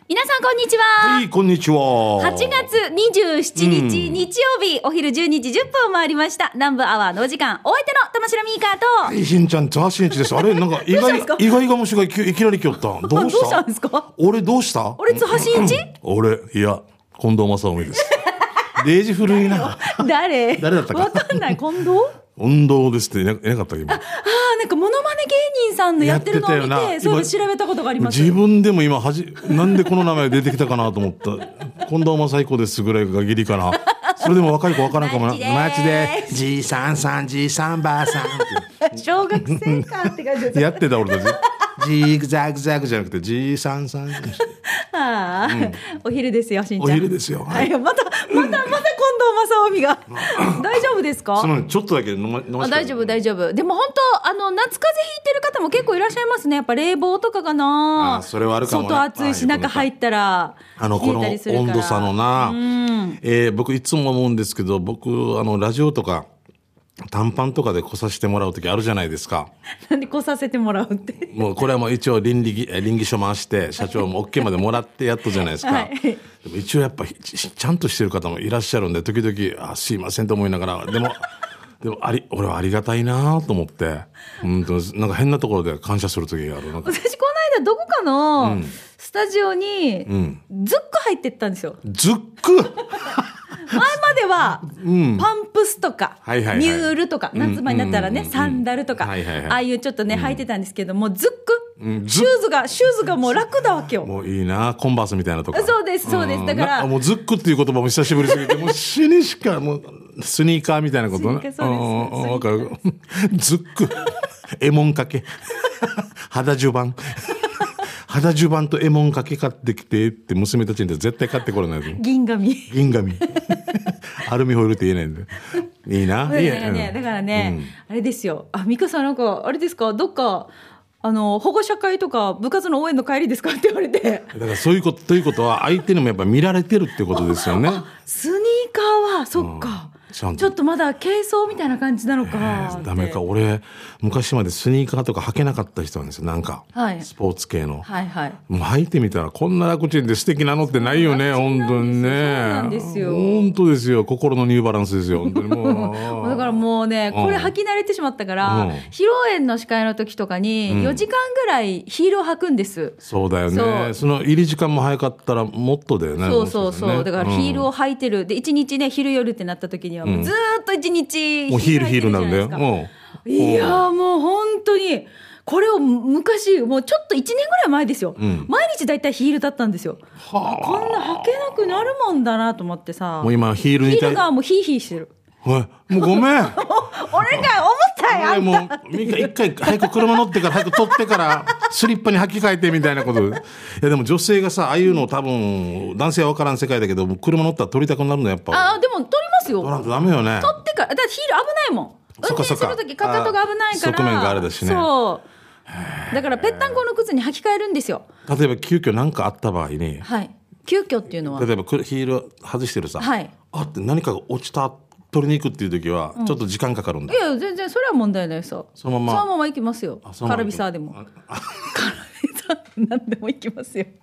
皆さんこんにちは。 はい、こんにちは。 8月27日、日曜日お昼12時10分を回りました。南部アワーのお時間、お相手の玉城ミーカーと、 はい、しんちゃん、ザ・しんいちです。あれ、なんか意外がもしがいきなり来よった。どうしたんですか？ 俺どうした？ 俺津波しんいち？ 俺、いや、近藤正臣です。デージ古いな。 誰だったかわかんない。近藤？ 運動ですっていなかったっけ？ なんかモノマネ芸人さんのやってるのを見て、そう調べたことがあります。 自分でも今なんでこの名前出てきたかなと思った。近藤正彦ですぐらいがギリかな。それでも若い子わからんかもな。マジでじいさんさんじいさんばあさんって小学生かって感じです。 やってた俺たち。ジグザグザグじゃなくてじいさんさん。 お昼ですよ、しんちゃん。 お昼ですよ。 はい、また近藤正臣が大丈夫ですか？ ちょっとだけ飲ませて。 大丈夫。でも本当夏風邪ひいてる方も結構いらっしゃいますね。やっぱ冷房とかがな。 それはあるかもね。 外暑いし中入ったらこの温度差のな。僕いつも思うんですけど、僕ラジオとか短パンとかで来させてもらう時あるじゃないですか。 なんで来させてもらうって。 もうこれはもう一応倫理書回して社長も OK までもらってやっとじゃないですか。はい、でも一応やっぱちゃんとしてる方もいらっしゃるんで、時々すいませんと思いながら、でも俺はありがたいなと思って、なんか変なところで感謝する時がある。 私この間どこかのスタジオにズック入ってったんですよ。 ズック前まではパンプスとかミュールとか、夏場になったらねサンダルとか、ああいうちょっとね履いてたんですけども、ズックシューズがもう楽だわけよ。 もういいな、コンバースみたいなとか。 そうですだからもうズックっていう言葉も久しぶりすぎてもう死にしかもうスニーカーみたいなことね。わかる。ズックエモンかけ肌襦袢とエモンかけ買ってきてって娘たちに絶対買ってこれない。 銀紙アルミホイルって言えないんでいいな。 だからね、あれですよ。美香さんなんかあれですか、どっか保護者会とか部活の応援の帰りですかって言われて。 だからそういうことということは相手にもやっぱ見られてるってことですよね。 スニーカーはそっか、ちょっとまだ軽装みたいな感じなのか。 ダメか。俺昔までスニーカーとか履けなかった人なんですよ。なんか、スポーツ系の、もう履いてみたらこんな楽ちんで素敵なのってないよね。本当にね。そうなんですよ。 本当ですよ。心のニューバランスですよ。本当にもうだからもうね、これ履き慣れてしまったから、披露宴の司会の時とかに4時間ぐらいヒールを履くんです。 そうだよね。その入り時間も早かったらもっとだよね。 そうだからヒールを履いてるで、1日ね昼夜ってなった時にはもうずっと1日もうヒールなんだよ。 いやもう本当にこれを昔もうちょっと1年ぐらい前ですよ、毎日だいたいヒールだったんですよ。こんな履けなくなるもんだなと思ってさ。 もう今ヒールがもうヒーヒーしてる。 もうごめん俺が思ったよ。 もうミカ一回早く車乗ってから早く取ってからスリッパに履き替えてみたいなこと。いやでも女性がさ、ああいうの多分男性は分からん世界だけど、車乗ったら取りたくなるのやっぱ。 でも取りますよ。 取らんとダメよね。 取ってからだってヒール危ないもん。運転するときかかとが危ないから。 側面があれだしね。 そうだからぺったんこの靴に履き替えるんですよ。 例えば急遽何かあった場合に、 急遽っていうのは例えばヒール外してるさ、って何かが落ちた取りに行くっていう時はちょっと時間かかるんだ。 いや全然それは問題ないさ。そのまま行きますよ。カラビサーでもカラビサー何でも行きますよ。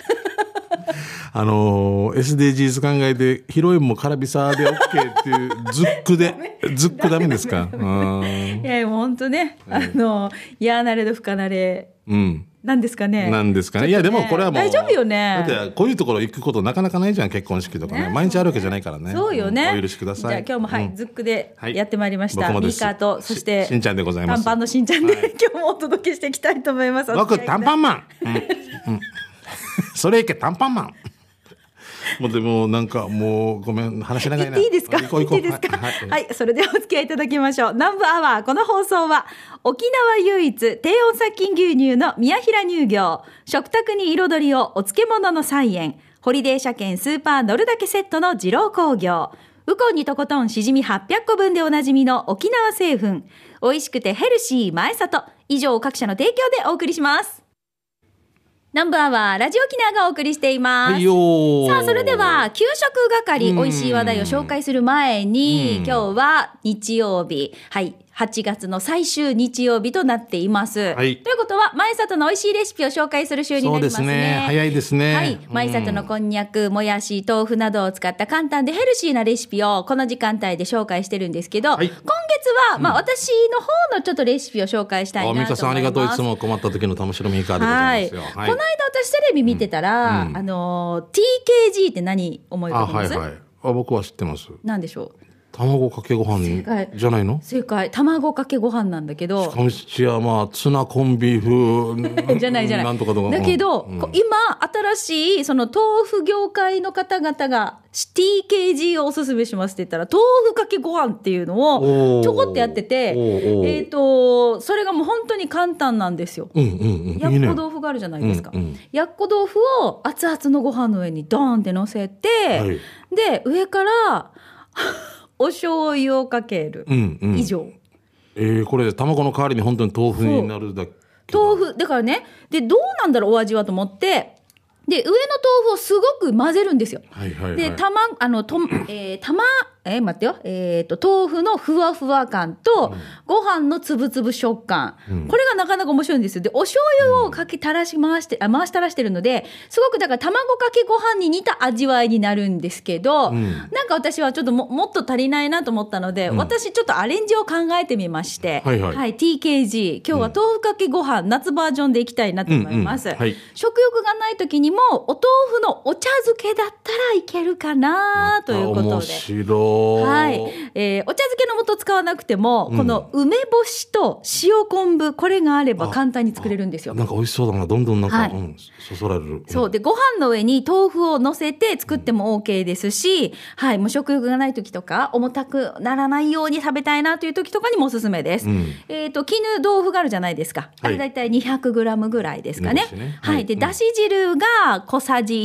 SDGs 考えてヒロインもカラビサーで OK っていうズックダメですか？ いやもう本当ね、やなれど不可なれ、なんですかね。 いやでもこれはもう大丈夫よね。 だってこういうところ行くことなかなかないじゃん。結婚式とかね毎日あるわけじゃないからね。 そうよね。 お許しください。 じゃあ今日もズックでやってまいりました。ミーカーとそしてしんちゃんでございます。 短パンのしんちゃんで今日もお届けしていきたいと思います。 僕短パンマン。それいけ短パンマン。もうでもなんかもうごめん話長いな。 言っていいですか？はい、それではお付き合いいただきましょう。南部アワー、この放送は沖縄唯一低温殺菌牛乳の宮平乳業、食卓に彩りをお漬物の菜園、ホリデー車検スーパー乗るだけセットの二郎工業、ウコンにとことんしじみ800個分でおなじみの沖縄製粉、美味しくてヘルシー前里、以上各社の提供でお送りします。南部アワーラジオ沖縄がお送りしています。さあそれでは給食係、美味しい話題を紹介する前に、今日は日曜日、 8月の最終日曜日となっています。ということは、前里の美味しいレシピを紹介する週になりますね。 そうですね。早いですね。 はい。前里のこんにゃく、もやし、豆腐などを使った簡単でヘルシーなレシピをこの時間帯で紹介してるんですけど、今月は、私の方のちょっとレシピを紹介したいなと思います。 美香さんありがとう。いつも困った時の玉城ミカでございますよ。この間私テレビ見てたら、TKG って何思い浮かびます？ 僕は知ってます。 何でしょう？ 卵かけご飯じゃないの？ 正解。卵かけご飯なんだけど。 しかもツナコンビーフじゃないなんとかとか。だけど、今新しいその豆腐業界の方々が TKG をおすすめしますって言ったら、豆腐かけご飯っていうのをちょこってやってて、それがもう本当に簡単なんですよ。やっこ豆腐があるじゃないですか。やっこ豆腐を熱々のご飯の上にドーンって乗せて、で上からお醤油をかける、以上。 これ卵の代わりに本当に豆腐になるだけ。 豆腐だからね。でどうなんだろうお味はと思って、で上の豆腐をすごく混ぜるんですよ。で待ってよ。豆腐のふわふわ感と、ご飯のつぶつぶ食感。これがなかなか面白いんですよ。で、お醤油を回し垂らしてるので、すごくだから卵かけご飯に似た味わいになるんですけど、なんか私はちょっともっと足りないなと思ったので、私ちょっとアレンジを考えてみまして、TKG、今日は豆腐かけご飯、夏バージョンでいきたいなと思います。食欲がない時にも、お豆腐のお茶漬けだったらいけるかなということで。面白い。 お茶漬けの素使わなくても、この梅干しと塩昆布、これがあれば簡単に作れるんですよ。 なんか美味しそうだな。どんどんなんか、そそられる。 そうで、ご飯の上に豆腐を乗せて作っても OK ですし、もう食欲がない時とか重たくならないように食べたいなという時とかにもおすすめです。絹豆腐があるじゃないですか。あれだいたい 200g ぐらいですかね。で、だし汁が小さじ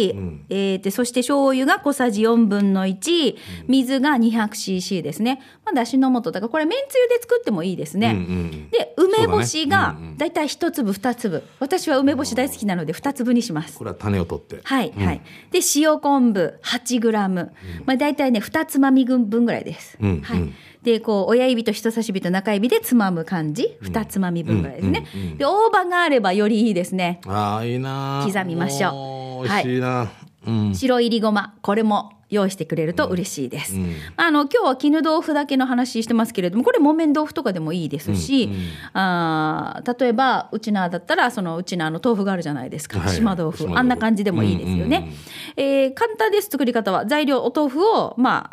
1、そして醤油が小さじ4分の1、水が 200cc ですね。だしの素だからこれめんつゆで作ってもいいですね。で、梅干しがだいたい1粒2粒。私は梅干し大好きなので2粒にします。 これは種を取って。 で、塩昆布 8g。だいたいね2つまみ分ぐらいです。で、こう親指と人差し指と中指でつまむ感じ、2つまみ分ぐらいですね。で、大葉があればよりいいですね。 いいな。 刻みましょう。 美味しいな。 白いりごま、これも用意してくれると嬉しいです。今日は絹豆腐だけの話してますけれども、これ木綿豆腐とかでもいいですし、例えばうちなだったらうちな豆腐があるじゃないですか、島豆腐、あんな感じでもいいですよね。簡単です。作り方は材料、お豆腐を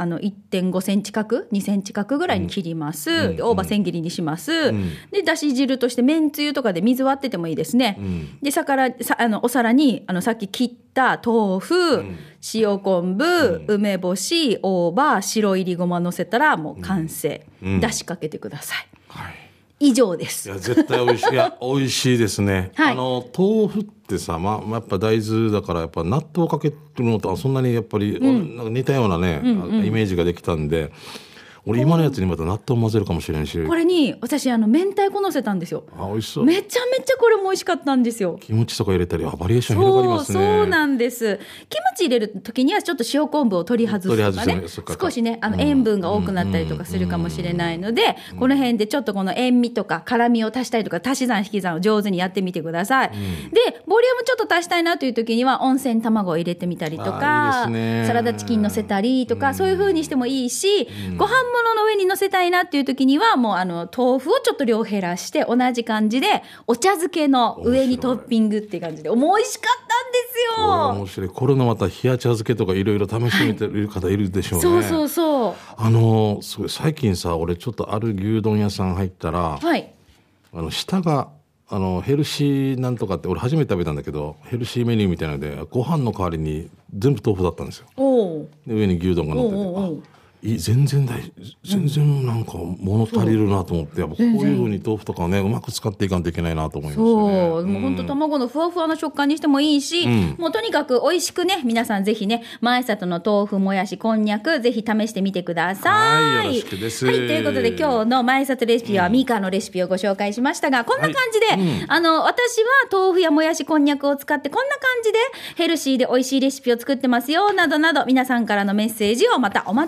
1.5 センチ角2センチ角ぐらいに切ります。で、大葉千切りにします。で、だし汁としてめんつゆとかで水割っててもいいですね。で、お皿にさっき切った豆腐、塩昆布、梅干し、大葉、白いりごま乗せたらもう完成。だしかけてください。以上です。 いや絶対美味しい。いや美味しいですね。豆腐ってさ、やっぱ大豆だからやっぱ納豆かけるのとそんなにやっぱり、なんか似たようなね、イメージができたんで。俺今のやつにまた納豆混ぜるかもしれんし、 これに私明太子乗せたんですよ。 美味しそう。 めちゃめちゃこれも美味しかったんですよ。 キムチとか入れたりバリエーション広がりますね。 そうなんです。キムチ入れる時にはちょっと塩昆布を取り外すとかね、少しね塩分が多くなったりとかするかもしれないので、この辺でちょっとこの塩味とか辛みを足したりとか、足し算引き算を上手にやってみてください。でボリュームちょっと足したいなという時には温泉卵を入れてみたりとか、サラダチキン乗せたりとか、そういう風にしてもいいし、ご飯物の上に乗せたいなっていう時にはもう豆腐をちょっと量減らして同じ感じでお茶漬けの上にトッピングっていう感じで美味しかったんですよ。 面白い。これのまた冷や茶漬けとかいろいろ試してみてる方いるでしょうね。 そうすごい最近さ、俺ちょっとある牛丼屋さん入ったら、下がヘルシーなんとかって俺初めて食べたんだけど、ヘルシーメニューみたいなのでご飯の代わりに全部豆腐だったんですよ。で上に牛丼が乗ってて、全然なんか物足りるなと思って、やっぱこういう風に豆腐とかをねうまく使っていかんといけないなと思いましたね。 もう本当卵のふわふわな食感にしてもいいし、もうとにかく美味しくね、皆さんぜひね、前里の豆腐もやしこんにゃくぜひ試してみてください。 よろしくです。 ということで今日の前里レシピはミカのレシピをご紹介しましたが、こんな感じで、私は豆腐やもやしこんにゃくを使ってこんな感じでヘルシーで美味しいレシピを作ってますよなどなど、皆さんからのメッセージをまたお待ちしております。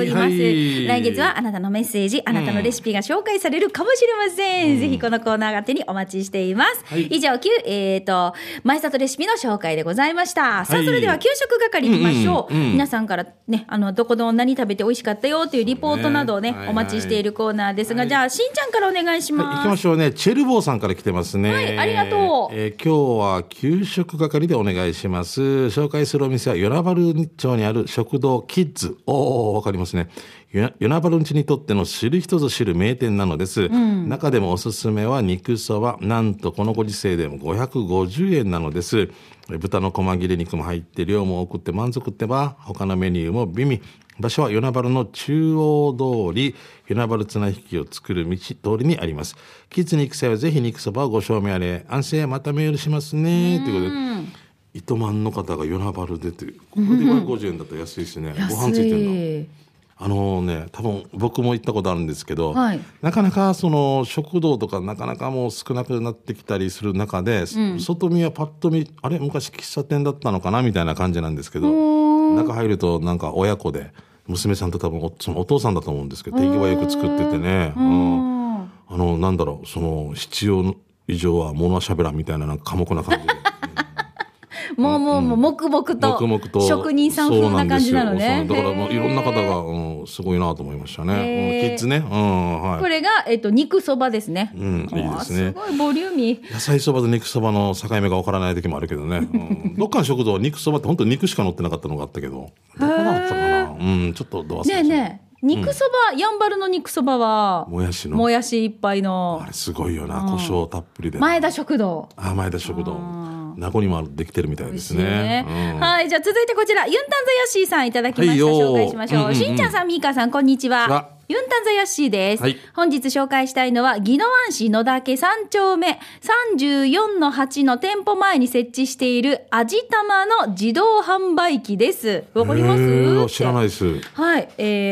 ります、 はいはい、 来月はあなたのメッセージ、あなたのレシピが紹介されるかもしれません、ぜひこのコーナーが手にお待ちしています、はい、以上前里レシピの紹介でございました、さあそれでは給食係いきましょう、皆さんからねどこで何食べて美味しかったよというリポートなどをね、お待ちしているコーナーですが、じゃあしんちゃんからお願いします。 行きましょうね。チェルボーさんから来てますね。 はい、ありがとう。 今日は給食係でお願いします。紹介するお店は与那原町にある食堂キッズ。わかりますね。与那原町にとっての知る人ぞ知る名店なのです、中でもおすすめは肉そば、なんとこのご時世でも550円なのです。豚の細切れ肉も入って量も多くて満足ってば、他のメニューも美味。場所は与那原の中央通り、与那原綱引きを作る道通りにあります。キッズに行く際はぜひ肉そばをご賞味あれ。安静またメールしますねということで、糸満の方が与那原出て、これで550円だったら安いですね。ご飯ついてるの。多分僕も行ったことあるんですけど、はい、なかなかその食堂とかなかなかもう少なくなってきたりする中で、外見はパッと見あれ昔喫茶店だったのかなみたいな感じなんですけど、中入るとなんか親子で娘さんと多分そのお父さんだと思うんですけど、手際よく作っててね、なんだろう、その必要以上は物は喋らんみたいな、なんか寡黙な感じでもう黙々と職人さん風な感じなのね。 だからもういろんな方が、すごいなと思いましたね。キッズね、はい、 これが、肉そばですね。 いいですね。 すごいボリューミー。 野菜そばと肉そばの境目がわからない時もあるけどね、どっかの食堂肉そばって本当に肉しか乗ってなかったのがあったけど、どこだったかな、ちょっとどう忘れした。 肉そば、やんばるの肉そばはもやしいっぱいのあれすごいよな、胡椒たっぷりで。 前田食堂。 前田食堂、名護にもできてるみたいですね。 はい、じゃあ続いてこちらユンタンザヤッシーさんいただきました、紹介しましょう。しんちゃんさん、みーかさん、こんにちは。ユンタンザヤッシーです、本日紹介したいのは宜野湾市野岳3丁目 34-8 の店舗前に設置している味玉の自動販売機です。わかります？ 知らないです。 はい、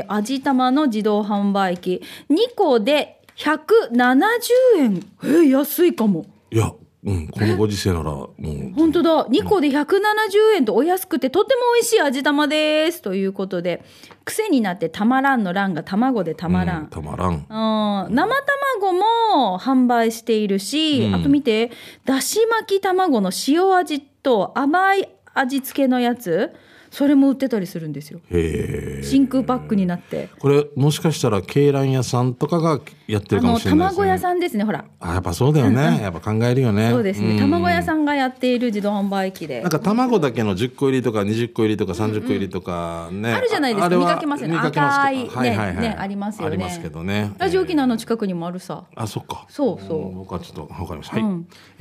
味玉の自動販売機2個で170円。安いかも。 いや、このご時世ならもう本当だ、2個で170円とお安くてとても美味しい味玉ですということで、癖になってたまらんの欄が卵でたまらん、 たまらん、 生卵も販売しているし、あと見て、だし巻き卵の塩味と甘い味付けのやつ、それも売ってたりするんですよ。真空パックになって。 これもしかしたら鶏卵屋さんとかがやってるかもしれないですね。 卵屋さんですね、ほら。 やっぱそうだよね、やっぱ考えるよね。 そうですね、卵屋さんがやっている自動販売機で、 なんか卵だけの10個入りとか20個入りとか30個入りとかね、 あるじゃないですか。見かけますよね、赤いね、ありますよね。 ありますけどね。 ラジオ沖縄の近くにもあるさ。 そっか。 そう僕はちょっと分かりました。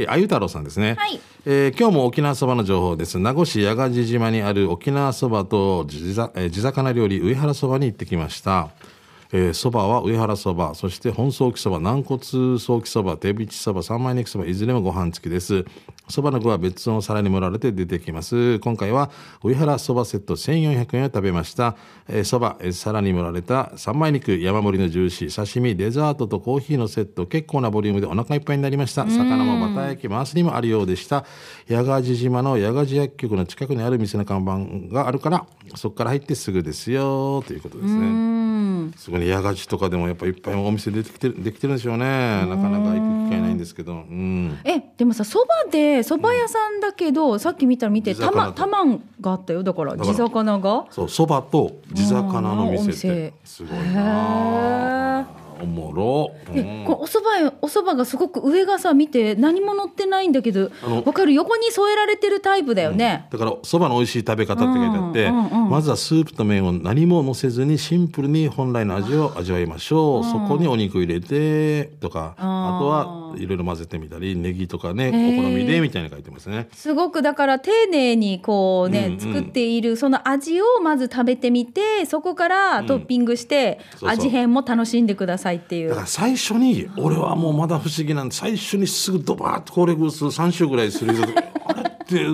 あゆ太郎さんですね。 今日も沖縄そばの情報です。名護市八ヶ地島にある沖縄そばと地魚料理上原そばに行ってきました。そばは上原そば、そして本ソーキそば、軟骨ソーキそば、手びちそば、三枚肉そば、いずれもご飯付きです。そばの具は別の皿に盛られて出てきます。今回は上原そばセット1400円を食べました。そば、皿に盛られた三枚肉、山盛りのジューシー、刺身、デザートとコーヒーのセット、結構なボリュームでお腹いっぱいになりました。魚もバター焼き、回しにもあるようでした。八ヶ地島の八ヶ地薬局の近くにある店の看板があるから、そこから入ってすぐですよということですね。すごい八ヶ地とかでもやっぱいっぱいお店できてるんでしょうね。なかなか行く機会ないんですけど、 でもさ、そばでそば屋さんだけど、さっき見たらたまんがあったよ。だから地魚がそばと地魚の店ってすごいな。おもろ。 お蕎麦がすごく上がさ、見て何も乗ってないんだけど、分かる、横に添えられてるタイプだよね。 だから蕎麦の美味しい食べ方って書いてあって、まずはスープと麺を何も乗せずにシンプルに本来の味を味わいましょう。そこにお肉入れてとか、あとはいろいろ混ぜてみたり、ネギとかね、お好みでみたいに書いてますね。 すごくだから丁寧にこうね、作っているその味をまず食べてみて、そこからトッピングして味変も楽しんでくださいっていう。 だから最初に、俺はもうまだ不思議なんで、最初にすぐドバーッとこれ3週ぐらいするあれって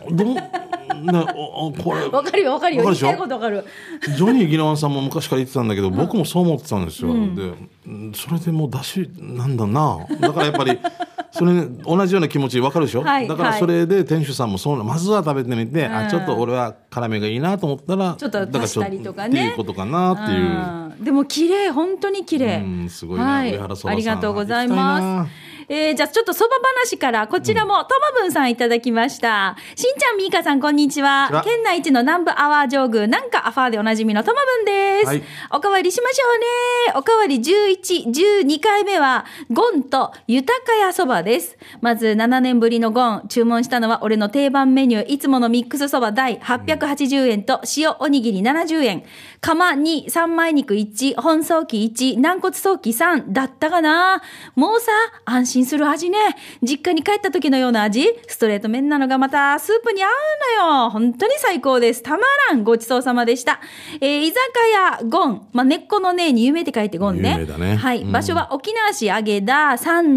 これ分かるよ言いたいこと分かる。 ジョニー・ギノワンさんも昔から言ってたんだけど、僕もそう思ってたんですよ。でそれでもうだしなんだな。だからやっぱりそれ、ね、同じような気持ち分かるでしょ、 はい、 だからそれで店主さんもそうまずは食べてみて、あちょっと俺は辛めがいいなと思ったらちょっと足したりとかねっていうことかなっていう。 でも綺麗、本当に綺麗。 すごいな、上原そばさん。 ありがとうございます。じゃあちょっとそば話からこちらもともぶんさんいただきました。しんちゃん、みーかさん、こんにちは。県内一の南部アワー上宮なんかアファーでおなじみのともぶんです、はい、おかわりしましょうね。おかわり11、12回目はゴンと豊屋そばです。まず7年ぶりのゴン、注文したのは俺の定番メニュー、いつものミックスそば大880円と塩おにぎり70円、釜2、三枚肉1、本早期1、軟骨早期3だったかな。もうさ、安心する味ね。実家に帰った時のような味。ストレート麺なのがまたスープに合うのよ。本当に最高です。たまらん。ごちそうさまでした。居酒屋ゴン、根っこのねに夢って書いてゴンね。 有名だね。 はい、場所は沖縄市揚田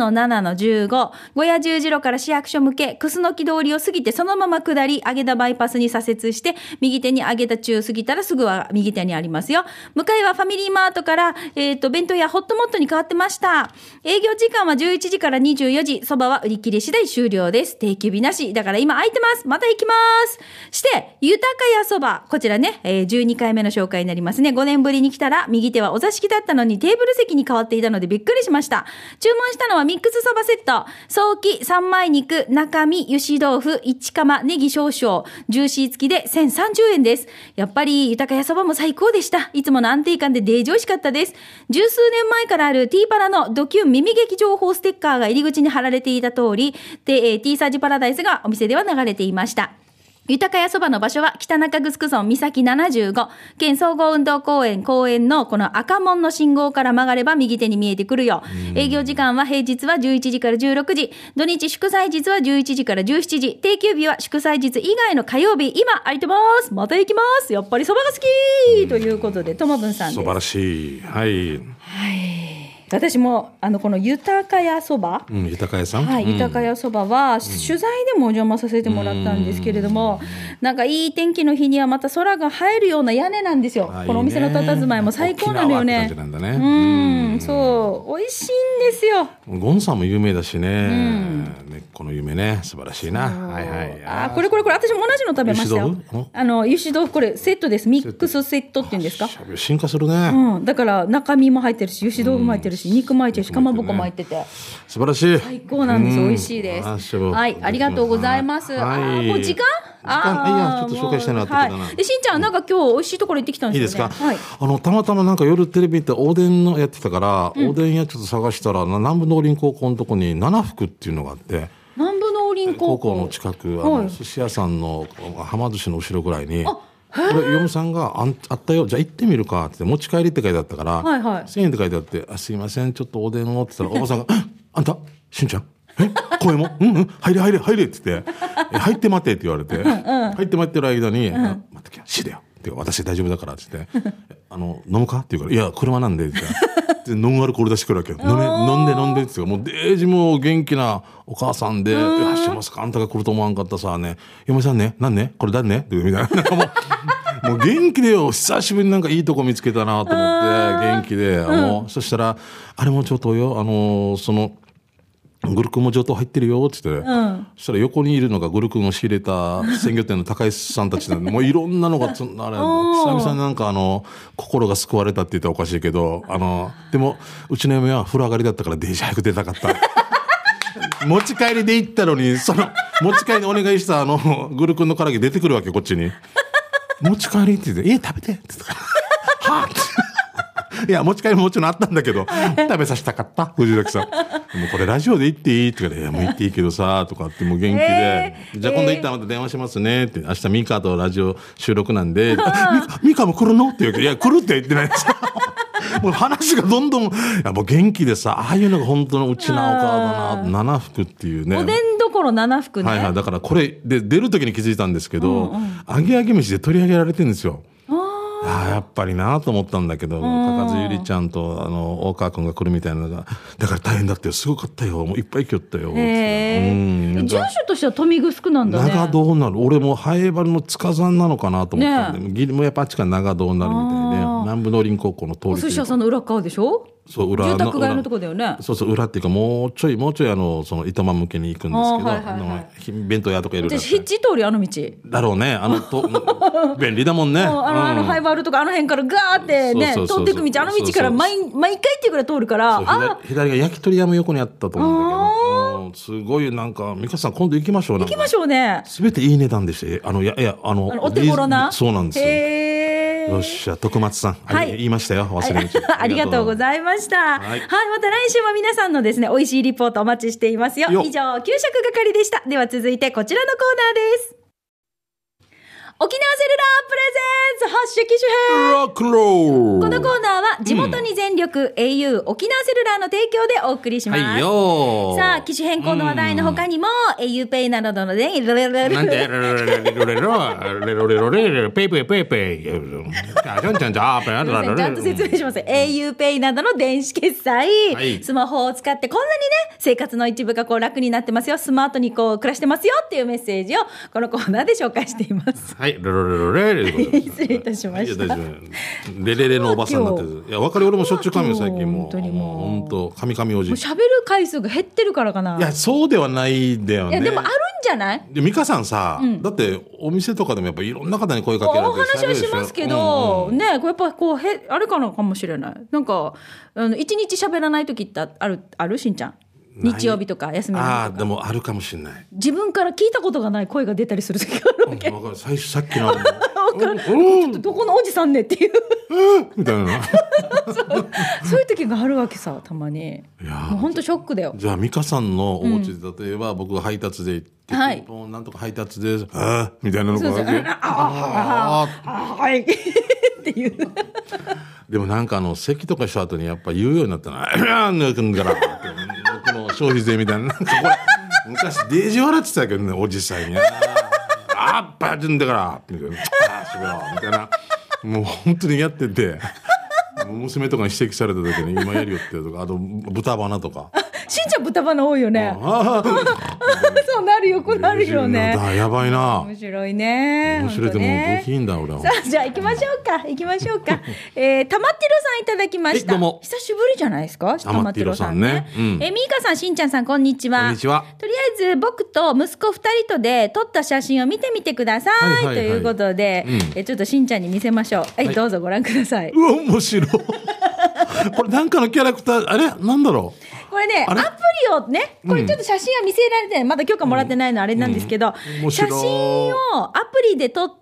3-7-15、小屋十字路から市役所向け、楠木通りを過ぎてそのまま下り、揚田バイパスに左折して右手に揚田中過ぎたらすぐは右手にありますよ。向かいはファミリーマートから、弁当やホットモットに変わってました。営業時間は11時から24時、そばは売り切れ次第終了です。定休日なし。だから今空いてます。また行きます。して、豊屋そば。こちらね、12回目の紹介になりますね。5年ぶりに来たら、右手はお座敷だったのにテーブル席に変わっていたのでびっくりしました。注文したのはミックスそばセット。早期、三枚肉、中身、油脂豆腐、一釜、ネギ少々、ジューシー付きで1030円です。やっぱり豊屋そばも最高でした。いつもの安定感でデージ美味しかったです。十数年前からある T パラのドキュン耳劇情報ステッカーが入り口に貼られていた通りで、T サージパラダイスがお店では流れていました。豊屋そばの場所は北中城村岬75県総合運動公園のこの赤門の信号から曲がれば右手に見えてくるよ。営業時間は平日は11時から16時、土日祝祭日は11時から17時、定休日は祝祭日以外の火曜日。今空いてます。また行きます。やっぱりそばが好きということで、ともぶんさんです。 素晴らしい。はい、 はい、私もこの豊屋そば、 豊屋さん、 はい、豊屋そばは取材でもお邪魔させてもらったんですけれども、なんかいい天気の日にはまた空が映えるような屋根なんですよ。このお店の佇まいも最高なのよね。そう美味しいんですよ。 ゴンさんも有名だしね、根っこの夢ね、素晴らしいな。はいはい。 あ、これ私も同じの食べましたよ。油脂豆腐、これセットです。ミックスセットっていうんですか。 進化するね。 だから中身も入ってるし、油脂豆腐も入ってるし、肉も入ってるし、かまぼこも入ってて素晴らしい。 最高なんです。美味しいです。はい、ありがとうございます。もう時間？ いや、ちょっと紹介したいなってことだな。 しんちゃん、なんか今日美味しいところ行ってきたんですよね。 いいですか。はい、たまたまなんか夜テレビっておでんのやってたから、おでん屋ちょっと探したら南部農林高校のとこに七福っていうのがあって、 南部農林高校の近く、寿司屋さんのはま寿司の後ろぐらいに、これ嫁さんがあったよ、じゃあ行ってみるかって持ち帰りって書いてあったから、1000円って書いてあって、すいませんちょっとおでんをって言ったらおばさんがあんたしんちゃん声も入れって言って入って待てって言われて、入って待ってる間に、待ってきゃしだよって私大丈夫だからって言って飲むかって言うから、いや車なんでってノンアルコール出してくるわけよ。飲んでって言うから、もうデージも元気なお母さんで、いらっしゃいますか、あんたが来ると思わんかったさね、嫁さんね、なんねこれ誰ねってみたいな、なんかもう元気でよ、久しぶりになんかいいとこ見つけたなと思って元気で、そしたらあれもちょっとよ、そのグルクンも上等入ってるよって言って、そしたら横にいるのがグルクンを仕入れた鮮魚店の高石さんたちなんで、もういろんなのが久々になんか心が救われたって言ったらおかしいけど、でもうちの嫁は風呂上がりだったからデージ早く出たかった持ち帰りで行ったのに、その持ち帰りにお願いしたグルクンの唐揚げ出てくるわけ、こっちに持ち帰りって言って、食べてって言ったからはぁいや持ち帰りももちろんあったんだけど食べさせたかった藤崎さん。もうこれラジオで言っていいって言うから、いやもう言っていいけどさとかってもう元気で、じゃあ今度行ったらまた電話しますねって、明日ミカとラジオ収録なんでミカも来るのって言うけど、いや来るって言ってないですもう話がどんどん、いやもう元気でさ、ああいうのが本当のうちなお母だな、七福っていうね、 おでんどころ七福ね。 はいはい、だからこれで出る時に気づいたんですけど、揚げ飯で取り上げられてるんですよ。やっぱりなと思ったんだけど、かかずゆりちゃんと大川君が来るみたいなのが、だから大変だってよ、すごかったよ、もういっぱい来よったよ。 住所としては富城なんだね。 長堂なる、俺もハエバルの塚山なのかなと思ったんで、もうやっぱあっちから長堂になるみたいで、 南部農林高校の通り。 お寿司屋さんの裏側でしょ。 そう裏の住宅街のとこだよね。 そう裏っていうかもうちょいその糸満向けに行くんですけど、 はいはいはい、 弁当屋とかいろいろ私ヒッチ通りあの道だろうね。便利だもんね。 ハイバールとかあの辺からガーってね通っていく道、あの道から毎回っていうぐらい通るから、 左が焼き鳥屋も横にあったと思うんだけど、すごいなんか美香さん今度行きましょう。 行きましょうね。 すべていい値段でしてお手頃な。 そうなんですよ。よっしゃ、徳松さん、はい、言いましたよ。忘れました。 ありがとうございました。はい、また来週も皆さんのですね、美味しいリポートお待ちしていますよ。以上、給食係でした。では続いてこちらのコーナーです。沖縄セルラープレゼンツ発射機種編ロックンロール。 このコーナーは地元に全力、au 沖縄セルラーの提供でお送りします。 はいよ。 さあ、機種変更の話題の他にも au ペイなどのでなんでレロレロレロレロペイペイペイペイちゃんと説明します。au ペイなどの電子決済、はい、スマホを使ってこんなにね生活の一部がこう楽になってますよ、スマートにこう暮らしてますよっていうメッセージをこのコーナーで紹介しています。 はい、レロレロレロ失礼いたしました。 レレレのおばさんになってる。いや、分かる。俺もしょっちゅう噛むよ最近。もう本当にもう本当噛みおじ。 喋る回数が減ってるからかな。 いや、そうではないだよね。 いや、でもあるんじゃない？ で、美香さんさ、だってお店とかでもやっぱいろんな方に声かけられてお話はしますけど、ね、こうやっぱこうあれかもしれない。なんか一日喋らない時ってあるしんちゃん。日曜日とか休みの日とか。 でもあるかもしれない。 自分から聞いたことがない声が出たりする時があるわけ。 分かる。最初さっきのちょっとどこのおじさんねっていうみたいなそういう時があるわけさ、たまに。いやもう本当ショックだよ。 じゃあ美香さんのお家で例えば僕が配達で行って、はい、なんとか配達でみたいなのがはいっていうでもなんか席とかした後にやっぱ言うようになったな抜くんからこの消費税みたいな、なんかこれ昔デージ笑ってたけどね、おじさんにバージョンだからみたいなみたいな、もう本当にやってて娘とかに指摘された時に今やるよってとか、あと豚鼻とかしんちゃん豚鼻多いよね。そうなるよくなるよね。 やばいな。 面白いね。 面白いでも部品だ俺は。 さあじゃあ行きましょうか。玉城さんいただきました。 どうも久しぶりじゃないですか。玉城さんね。みーかさん、しんちゃんさん、こんにちは。 こんにちは。 とりあえず僕と息子2人とで撮った写真を見てみてください、ということで、ちょっとしんちゃんに見せましょう。はい、どうぞご覧ください。 うわ面白い。これなんかのキャラクターあれなんだろう。 これね、アプリをね、これちょっと写真は見せられてない、まだ許可もらってないのあれなんですけど、写真をアプリで撮って、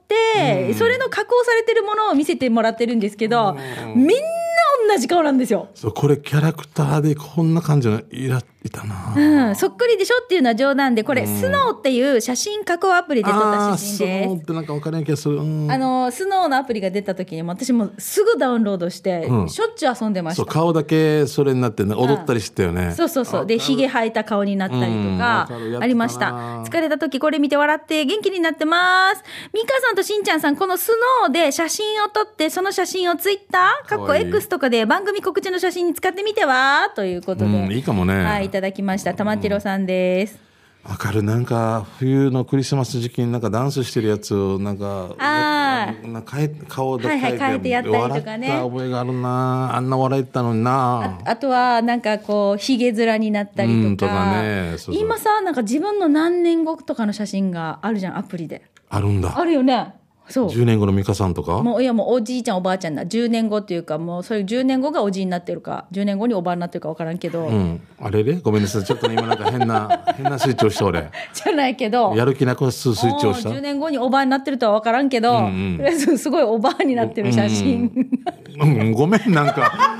それの加工されてるものを見せてもらってるんですけど、みんな同じ顔なんですよ。 そう、これキャラクターでこんな感じのいたな、 そっくりでしょっていうのは冗談で、これ、スノーっていう写真加工アプリで撮った写真です。 スノーってなんか分からない気がする。 スノーのアプリが出た時に私もすぐダウンロードして、しょっちゅう遊んでました。 そう、顔だけそれになって、ね、踊ったりしてよね。 そうでひげ生えた顔になったりとかありました。疲れた時これ見て笑って元気になってます。みかさんとしんちゃんさん、このスノーで写真を撮って、その写真をツイッターX とかで番組告知の写真に使ってみてはということで、 いいかもね。 はい、いただきました。玉城さんです。 わかる。なんか冬のクリスマス時期になんかダンスしてるやつをなんか顔だけ変えてやったりとかね、 笑った覚えがあるな。あんな笑えたのにな。 あとはなんかこうひげ面になったりとか、ね、そう今さなんか自分の何年後とかの写真があるじゃん、アプリで。 あるんだ。 あるよね。そう 10年後の美香さんとかもうおじいちゃんおばあちゃんだ。10年後っていうか、もうそれ10年後がおじいになってるか10年後におばあになってるか分からんけど、 あれれごめんなさい、ちょっと、ね、今なんか変なスイッチをした俺じゃないけど、 やる気なくスイッチをした。 10年後におばあになってるとは分からんけど、とりあえずすごいおばあになってる写真、 ごめんなんか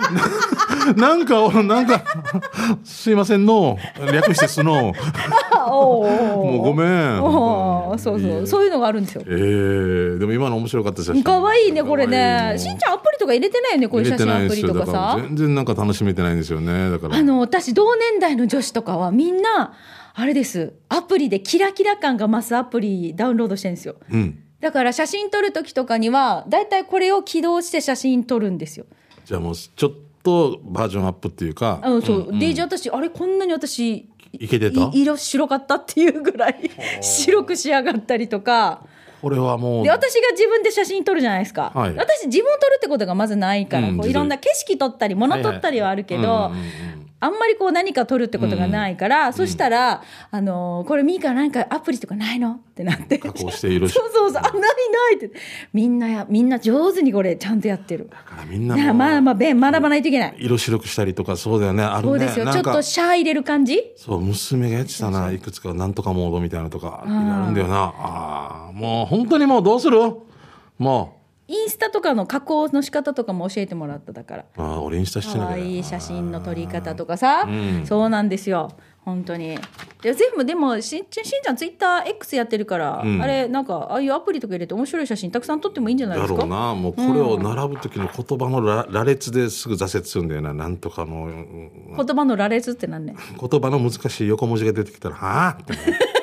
すいませんの略してスノーもうごめん。 そういうのがあるんですよ。 でも今の面白かった写真。 かわいいねこれね。しんちゃんアプリとか入れてないよね、こういう写真アプリとかさ。 全然なんか楽しめてないんですよね。だから私同年代の女子とかはみんなあれです、アプリでキラキラ感が増すアプリダウンロードしてるんですよ、だから写真撮る時とかにはだいたいこれを起動して写真撮るんですよ。 じゃあもうちょっとバージョンアップっていうか、 でじゃあ私あれこんなにいけてた？ 色白かったっていうぐらい白く仕上がったりとか、 俺はもうで私が自分で写真撮るじゃないですか、 はい、 私自分を撮るってことがまずないから、こういろんな景色撮ったり物撮ったりはあるけど、あんまりこう何か撮るってことがないから、そしたら、これミーカなんかアプリとかないのってなって加工しているしそうそうそう、ないないってみんな上手にこれちゃんとやってる。 だからみんなも学ばないといけない。 色白くしたりとかそうだよね、あるね。 そうですよ、ちょっとシャー入れる感じ。 そう、娘がやってたな、いくつかなんとかモードみたいなとかあるんだよな。もう本当にもうどうする、もうインスタとかの加工の仕方とかも教えてもらった。だから俺インスタしてないかわいい写真の撮り方とかさ、そうなんですよ本当に。全部でもしんちゃんツイッター X やってるから、あれなんかああいうアプリとか入れて面白い写真たくさん撮ってもいいんじゃないですか。 だろうな。もうこれを並ぶ時の言葉の羅列ですぐ挫折するんだよな。なんとかの言葉の羅列ってなんね。 言葉の難しい横文字が出てきたらはぁって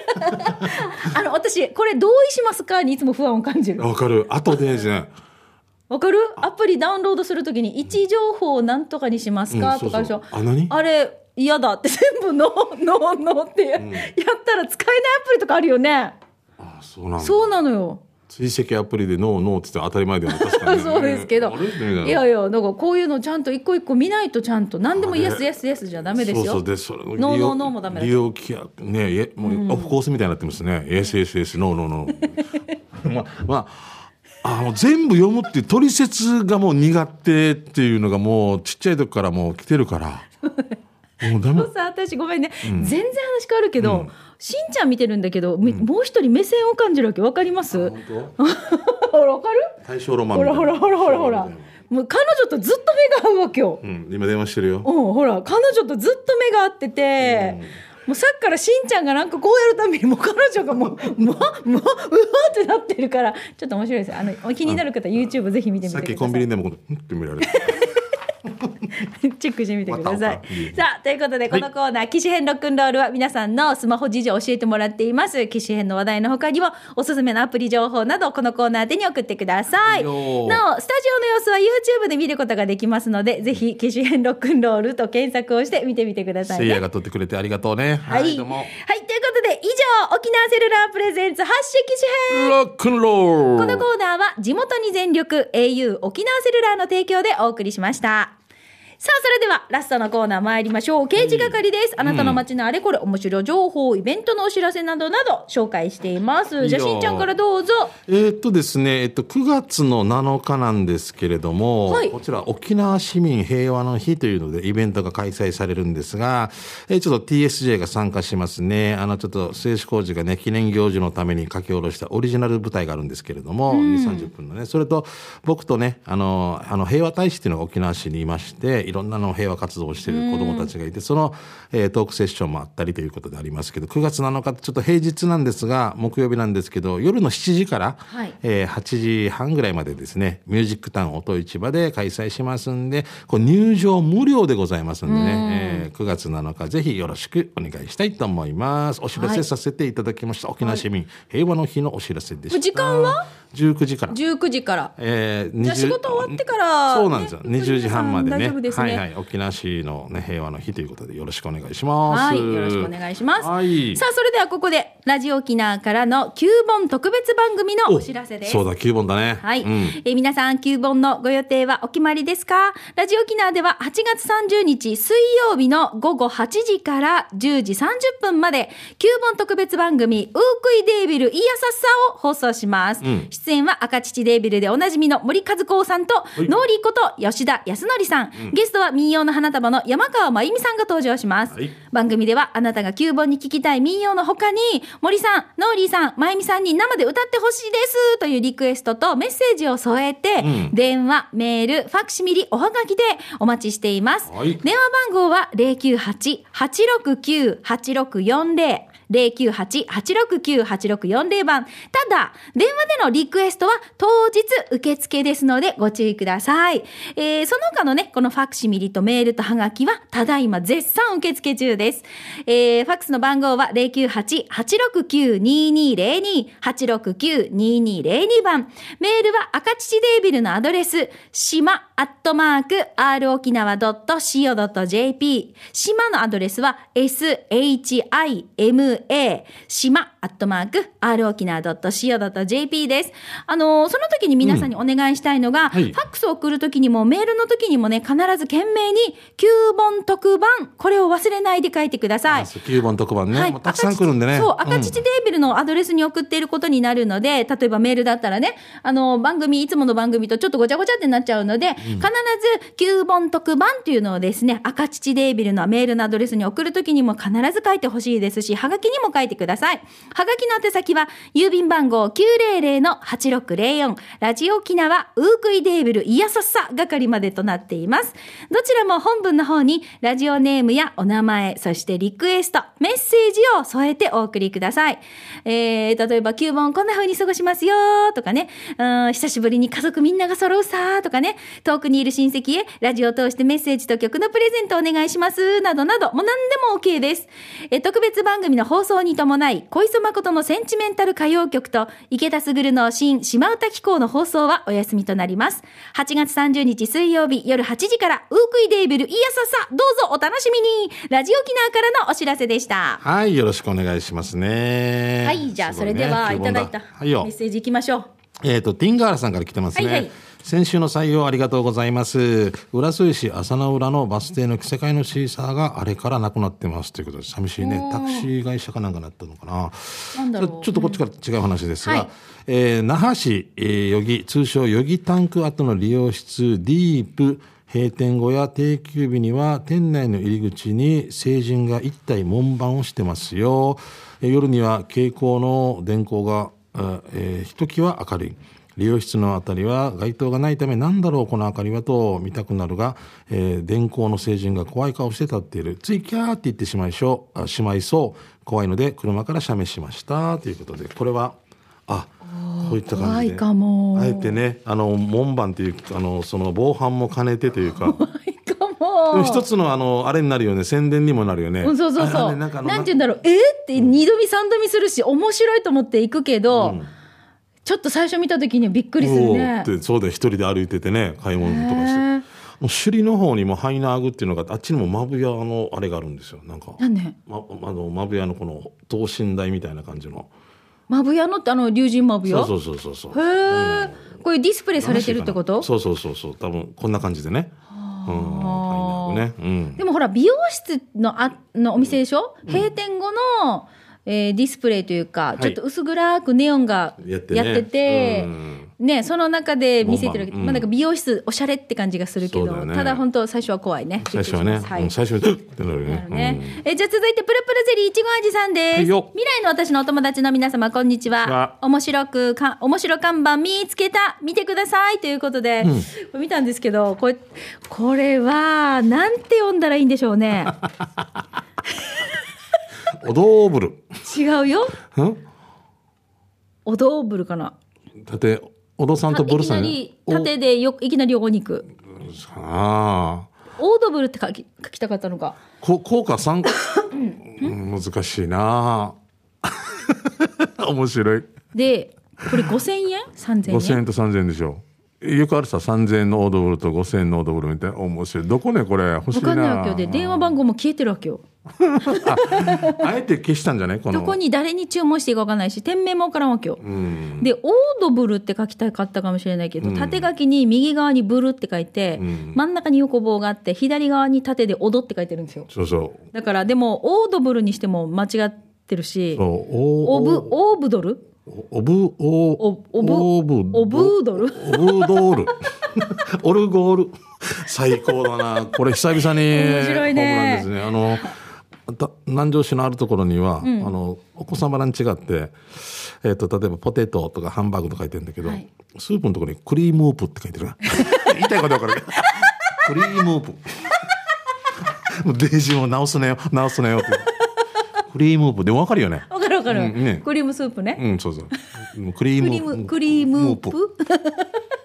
私これ同意しますかにいつも不安を感じる。 わかる。後でねわかる。アプリダウンロードするときに位置情報を何とかにしますか、とかでしょ。 何あれ嫌だって全部ノーってやったら使えないアプリとかあるよね。 そうなんだ。 そうなのよ。 追跡アプリでノーって言って当たり前だよね。確かに、ね、 そうですけど、いやだからこういうのちゃんと一個一個見ないと、ちゃんと何でもイエスイエスイエスじゃダメですよ。 そうでそれノーもダメだ。 利用規約ね、もうオフコースみたいになってますね。イエスイエスイエスノーもう全部読むっていう取説がもう苦手っていうのがもうちっちゃい時からもう来てるからもうダメ。 そうさ、私ごめんね、全然話変わるけど、しんちゃん見てるんだけど、もう一人目線を感じるわけ。わかります？ 本当？わかる？ 大正ロマンみたいな。 ほらもう彼女とずっと目が合うわけよ。 今電話してるよ。 ほら彼女とずっと目が合ってて、もうさっきからしんちゃんがなんかこうやるたびにもう彼女がもうってなってるから、ちょっと面白いです。気になる方 YouTube ぜひ見てみてください。 さっきコンビニでもって見られるチェックしてみてください。さあということでこのコーナー、機種編ロックンロールは皆さんのスマホ事情を教えてもらっています。機種編の話題の他にもおすすめのアプリ情報などこのコーナーでに送ってください。なおスタジオの様子は YouTube で見ることができますので、ぜひ機種編ロックンロールと検索をして見てみてくださいね。 せいやが撮ってくれてありがとうね。 はいどうも。 はい、ということで以上沖縄セルラープレゼンツ発信機種編ロックンロール。 このコーナーは地元に全力 au 沖縄セルラーの提供でお送りしました。さあそれではラストのコーナー参りましょう。刑事係です。あなたの街のあれこれ、面白情報、イベントのお知らせなどなど紹介しています。じゃあしんちゃんからどうぞ。 ですね、9月の7日なんですけれども、はい、こちら沖縄市民平和の日というのでイベントが開催されるんですが、ちょっと TSJ が参加しますね。ちょっと製紙工事がね記念行事のために書き下ろしたオリジナル舞台があるんですけれども、2、30分のね、それと僕とね平和大使っていうのが沖縄市にいまして、いろんなの平和活動をしている子どもたちがいて、その、トークセッションもあったりということでありますけど、9月7日ってちょっと平日なんですが、木曜日なんですけど、夜の7時から、8時半ぐらいまでですね、ミュージックタウン音市場で開催しますんで、これ入場無料でございますんでね、9月7日ぜひよろしくお願いしたいと思います。お知らせさせていただきました、沖縄市民平和の日のお知らせでした。 時間は 19時から 19時から、 じゃあ仕事終わってから、 そうなんですよ、20時半までね。 大丈夫ですね。 沖縄市の、ね、平和の日ということでよろしくお願いします。 はい、よろしくお願いします。 はい、 さあそれではここでラジオ沖縄からの9本特別番組のお知らせです。 そうだ、9本だね。 はい、皆さん9本のご予定はお決まりですか？ラジオ沖縄では8月30日水曜日の午後8時から10時30分まで9本特別番組ウークイデービルイヤサッサを放送します。出演は赤乳デービルでおなじみの森和光さんと、ノーリーこと吉田康則さん、ゲストは民謡の花束の山川真由美さんが登場します。番組ではあなたが9本に聞きたい民謡の他に、森さん、ノーリーさん、真由美さんに生で歌ってほしいですというリクエストとメッセージを添えて、電話、メール、ファクシミリ、おはがきでお待ちしています。電話番号は 098-869-8640098-869-8640番。ただ、電話でのリクエストは当日受付ですのでご注意ください。その他のね、このファクシミリとメールとハガキはただいま絶賛受付中です。ファックスの番号は 098-869-2202 869-2202番。メールは赤乳デービルのアドレス、島@r okinawa.co.jp 島のアドレスは shima 島@rokinawa.co.jp です。その時に皆さんにお願いしたいのが、ファックスを送る時にもメールの時にもね、必ず懸命に9本特番、これを忘れないで書いてください。 9本特番ね、たくさん来るんでね。 そう、赤乳デービルのアドレスに送っていることになるので、例えばメールだったらね、いつもの番組とちょっとごちゃごちゃってなっちゃうので、必ず9本特番っていうのをですね、赤乳デービルのメールのアドレスに送るときにも必ず書いてほしいですし、はがきにも書いてください。はがきの宛先は、郵便番号 900-8604、ラジオ沖縄ウークイデービルいやさっさ係までとなっています。どちらも本文の方に、ラジオネームやお名前、そしてリクエスト、メッセージを添えてお送りください。例えば9本こんな風に過ごしますよとかね、久しぶりに家族みんなが揃うさとかね、遠くにいる親戚へラジオを通してメッセージと曲のプレゼントお願いしますなどなど、もう何でも OK です。特別番組の放送に伴い、小磯誠のセンチメンタル歌謡曲と池田卓の新島唄紀行の放送はお休みとなります。8月30日水曜日夜8時からウークイデービルいやささ、どうぞお楽しみに。ラジオ沖縄からのお知らせでした。 はい、よろしくお願いしますね。 はい、じゃあそれでは、いただいたメッセージいきましょう。 ティンガーラさんから来てますね。はいはい、先週の採用ありがとうございます。浦添市浅野浦のバス停の着せ替えのシーサーがあれからなくなってますということで、寂しいね。タクシー会社かなんかなったのかな。 なんだろう。 ちょっとこっちから違う話ですが、那覇市代々木、通称代々木タンク跡の利用室ディープ閉店後や定休日には店内の入り口に成人が一体門番をしてますよ。夜には蛍光の電光がひときわ明るい。利用室のあたりは街灯がないため、なんだろうこの明かりはと見たくなるが、電光の成人が怖い顔して立っている。ついキャーって言ってしまいそう。怖いので車から写メしましたということで、これはこういった感じで、 怖いかも。 あえてね、門番っていうその防犯も兼ねてというか、 怖いかも。 一つのあれになるよね、宣伝にもなるよね。 そうそうそう。なんて言うんだろう、って二度見三度見するし、面白いと思って行くけど、ちょっと最初見た時にはびっくりするね。 そうだよ、一人で歩いててね、買い物とかして。もう首里の方にもハイナーグっていうのがあっちにもマブヤのあれがあるんですよ。なんかマブヤのこの等身大みたいな感じの。 マブヤのって龍神マブヤ。 そう。へえ。こういうディスプレイされてるってこと？ そう。多分こんな感じでね。ハイナーグね。 でもほら美容室のお店でしょ？閉店後のディスプレイというか、ちょっと薄暗くネオンがやってて、ね、その中で見せてる、なんか美容室おしゃれって感じがするけど、ただ本当最初は怖いね。 最初はね、最初にってなるね。 じゃあ続いてプルプルゼリーいちご味さんです。未来の私のお友達の皆様こんにちは。面白看板見つけた、見てくださいということで、見たんですけど、これはなんて読んだらいいんでしょうね。 オドーブル。 違うよ。オドーブルかな。 オドさんとブルさん。 縦でいきなり横に行く。オードブルって書きたかったのか。 効果3難しいな。面白い。 で、これ5000円 ?3000 円 ?5000 円と3000円でしょ。よくあるさ、3000円のオードブルと5000円のオードブルみたいな。面白い。どこねこれ欲しいな。 分かんないわけよ。で電話番号も消えてるわけよ。 あえて消したんじゃない？ どこに誰に注文していいか分からないし、店名も分からんわけよ。でオードブルって書きたかったかもしれないけど、縦書きに右側にブルって書いて、真ん中に横棒があって左側に縦でオドって書いてるんですよ。 そうだからでもオードブルにしても間違ってるし、オーブドルオブードルオルゴール最高だな。これ久々に面白いね。 ホームランですね。南城市のあるところには、お子様らに違って、例えばポテトとかハンバーグとか書いてるんだけど、スープのところにクリームープって書いてる。言いたいこと分かる。クリームープ。デージも直すなよって。クリームープでも分かるよね。 分かる、クリームスープね。 そうクリームープ。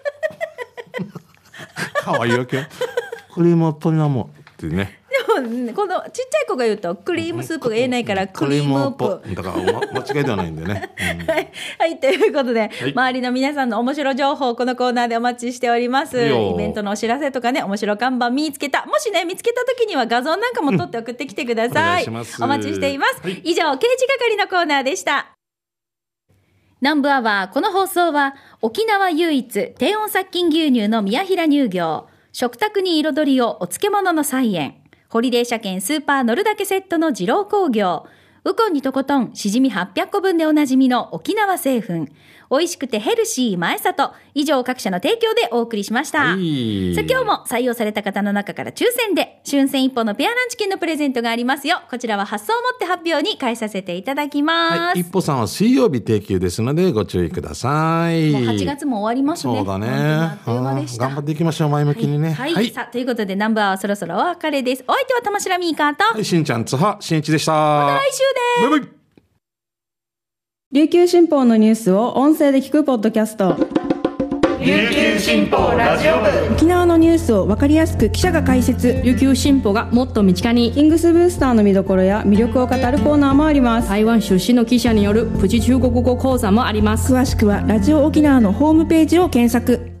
かわいいわけよ。クリームポリナモってね。 でもこのちっちゃい子が言うとクリームスープが言えないからクリームープだから間違いではないんでね、 はい、ということで、周りの皆さんの面白情報このコーナーでお待ちしております。イベントのお知らせとかね、面白看板見つけた、もしね見つけた時には画像なんかも撮って送ってきてください。お待ちしています。以上、刑事係のコーナーでした。南部アワー、この放送は沖縄唯一低温殺菌牛乳の宮平乳業、食卓に彩りをお漬物の菜園、ホリデー車検スーパー乗るだけセットの二郎工業、ウコンにとことんしじみ800個分でおなじみの沖縄製粉、美味しくてヘルシー前里、以上各社の提供でお送りしました。さあ、今日も採用された方の中から抽選で春戦一本のペアランチ券のプレゼントがありますよ。こちらは発送をもって発表に返させていただきます。 はい、一歩さんは水曜日定休ですのでご注意ください。 もう8月も終わりますね。 そうだね。頑張っていきましょう、前向きにね。 はい、さあということでナンバーはそろそろお別れです。お相手は玉城ミーカーと、 しんちゃんつはしんいちでした。 また来週です。 バイバイ。 琉球新報のニュースを音声で聞くポッドキャスト、 琉球新報ラジオ部。 沖縄のニュースを分かりやすく記者が解説。 琉球新報がもっと身近に。 キングスブースターの見どころや魅力を語るコーナーもあります。 台湾出身の記者によるプチ中国語講座もあります。 詳しくはラジオ沖縄のホームページを検索。